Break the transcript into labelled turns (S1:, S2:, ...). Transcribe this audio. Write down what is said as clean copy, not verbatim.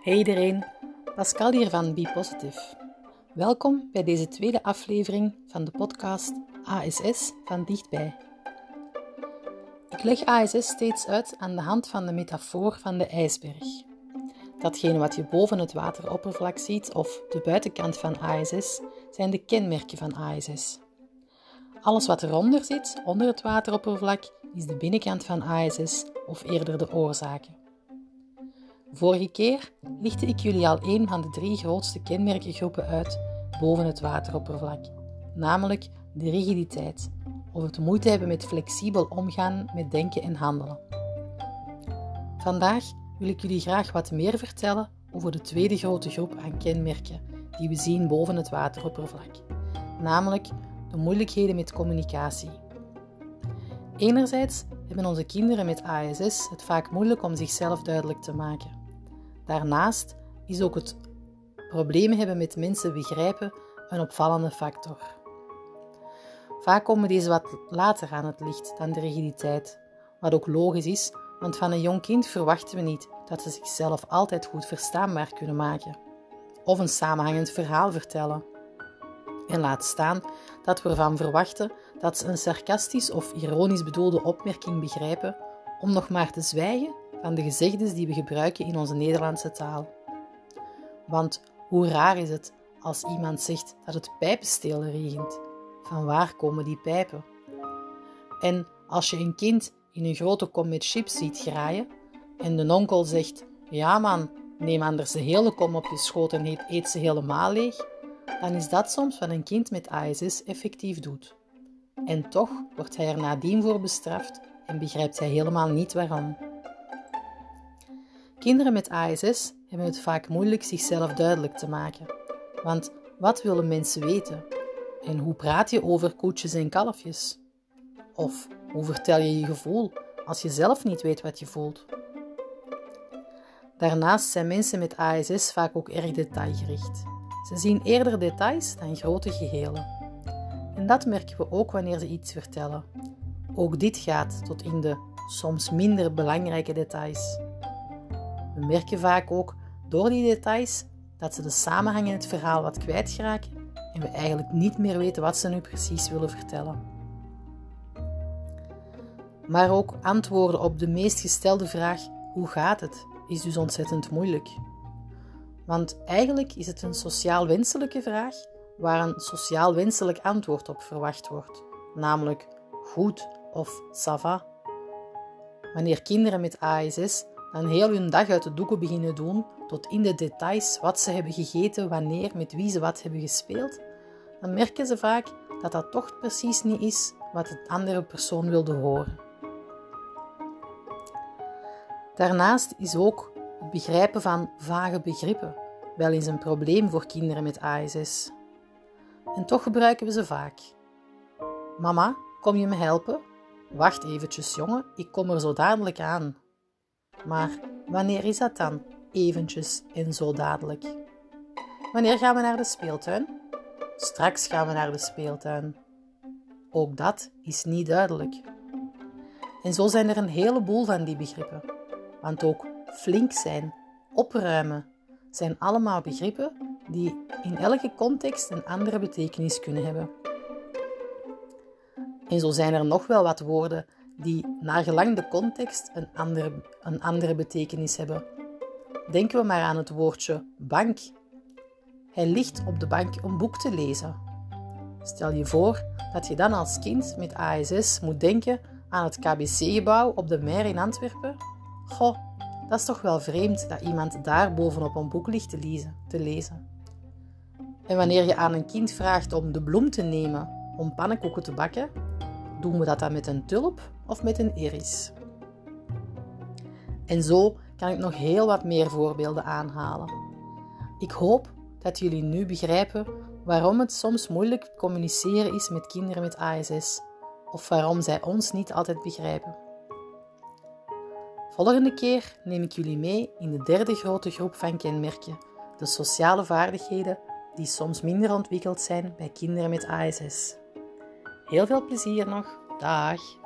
S1: Hey iedereen, Pascal hier van Be Positive. Welkom bij deze tweede aflevering van de podcast ASS van dichtbij. Ik leg ASS steeds uit aan de hand van de metafoor van de ijsberg. Datgene wat je boven het wateroppervlak ziet of de buitenkant van ASS zijn de kenmerken van ASS. Alles wat eronder zit, onder het wateroppervlak, is de binnenkant van ASS of eerder de oorzaken. Vorige keer lichtte ik jullie al een van de 3 grootste kenmerkengroepen uit boven het wateroppervlak, namelijk de rigiditeit, of het moeite hebben met flexibel omgaan met denken en handelen. Vandaag wil ik jullie graag wat meer vertellen over de tweede grote groep aan kenmerken die we zien boven het wateroppervlak, namelijk de moeilijkheden met communicatie. Enerzijds hebben onze kinderen met ASS het vaak moeilijk om zichzelf duidelijk te maken. Daarnaast is ook het problemen hebben met mensen begrijpen een opvallende factor. Vaak komen deze wat later aan het licht dan de rigiditeit, wat ook logisch is, want van een jong kind verwachten we niet dat ze zichzelf altijd goed verstaanbaar kunnen maken of een samenhangend verhaal vertellen. En laat staan dat we ervan verwachten dat ze een sarcastisch of ironisch bedoelde opmerking begrijpen, om nog maar te zwijgen van de gezegdes die we gebruiken in onze Nederlandse taal. Want hoe raar is het als iemand zegt dat het pijpenstelen regent? Van waar komen die pijpen? En als je een kind in een grote kom met chips ziet graaien en de onkel zegt: ja man, neem anders de hele kom op je schoot en eet ze helemaal leeg, dan is dat soms wat een kind met ASS effectief doet. En toch wordt hij er nadien voor bestraft en begrijpt hij helemaal niet waarom. Kinderen met ASS hebben het vaak moeilijk zichzelf duidelijk te maken. Want wat willen mensen weten? En hoe praat je over koetjes en kalfjes? Of hoe vertel je je gevoel als je zelf niet weet wat je voelt? Daarnaast zijn mensen met ASS vaak ook erg detailgericht. Ze zien eerder details dan grote gehelen. En dat merken we ook wanneer ze iets vertellen. Ook dit gaat tot in de soms minder belangrijke details. We merken vaak ook door die details dat ze de samenhang in het verhaal wat kwijtraken en we eigenlijk niet meer weten wat ze nu precies willen vertellen. Maar ook antwoorden op de meest gestelde vraag: hoe gaat het? Is dus ontzettend moeilijk. Want eigenlijk is het een sociaal wenselijke vraag waar een sociaal wenselijk antwoord op verwacht wordt, namelijk goed of ça va. Wanneer kinderen met ASS dan heel hun dag uit de doeken beginnen doen, tot in de details wat ze hebben gegeten, wanneer, met wie ze wat hebben gespeeld, dan merken ze vaak dat dat toch precies niet is wat de andere persoon wilde horen. Daarnaast is ook het begrijpen van vage begrippen wel eens een probleem voor kinderen met ASS. En toch gebruiken we ze vaak. Mama, kom je me helpen? Wacht eventjes jongen, ik kom er zo dadelijk aan. Maar wanneer is dat dan? Eventjes en zo dadelijk. Wanneer gaan we naar de speeltuin? Straks gaan we naar de speeltuin. Ook dat is niet duidelijk. En zo zijn er een heleboel van die begrippen. Want ook flink zijn, opruimen, zijn allemaal begrippen die in elke context een andere betekenis kunnen hebben. En zo zijn er nog wel wat woorden die naar gelang de context een andere betekenis hebben. Denken we maar aan het woordje bank. Hij ligt op de bank een boek te lezen. Stel je voor dat je dan als kind met ASS moet denken aan het KBC-gebouw op de Mer in Antwerpen. Goh, dat is toch wel vreemd dat iemand daar bovenop een boek ligt te lezen. En wanneer je aan een kind vraagt om de bloem te nemen om pannenkoeken te bakken, doen we dat dan met een tulp of met een iris? En zo kan ik nog heel wat meer voorbeelden aanhalen. Ik hoop dat jullie nu begrijpen waarom het soms moeilijk communiceren is met kinderen met ASS of waarom zij ons niet altijd begrijpen. Volgende keer neem ik jullie mee in de 3e grote groep van kenmerken, de sociale vaardigheden die soms minder ontwikkeld zijn bij kinderen met ASS. Heel veel plezier nog. Dag!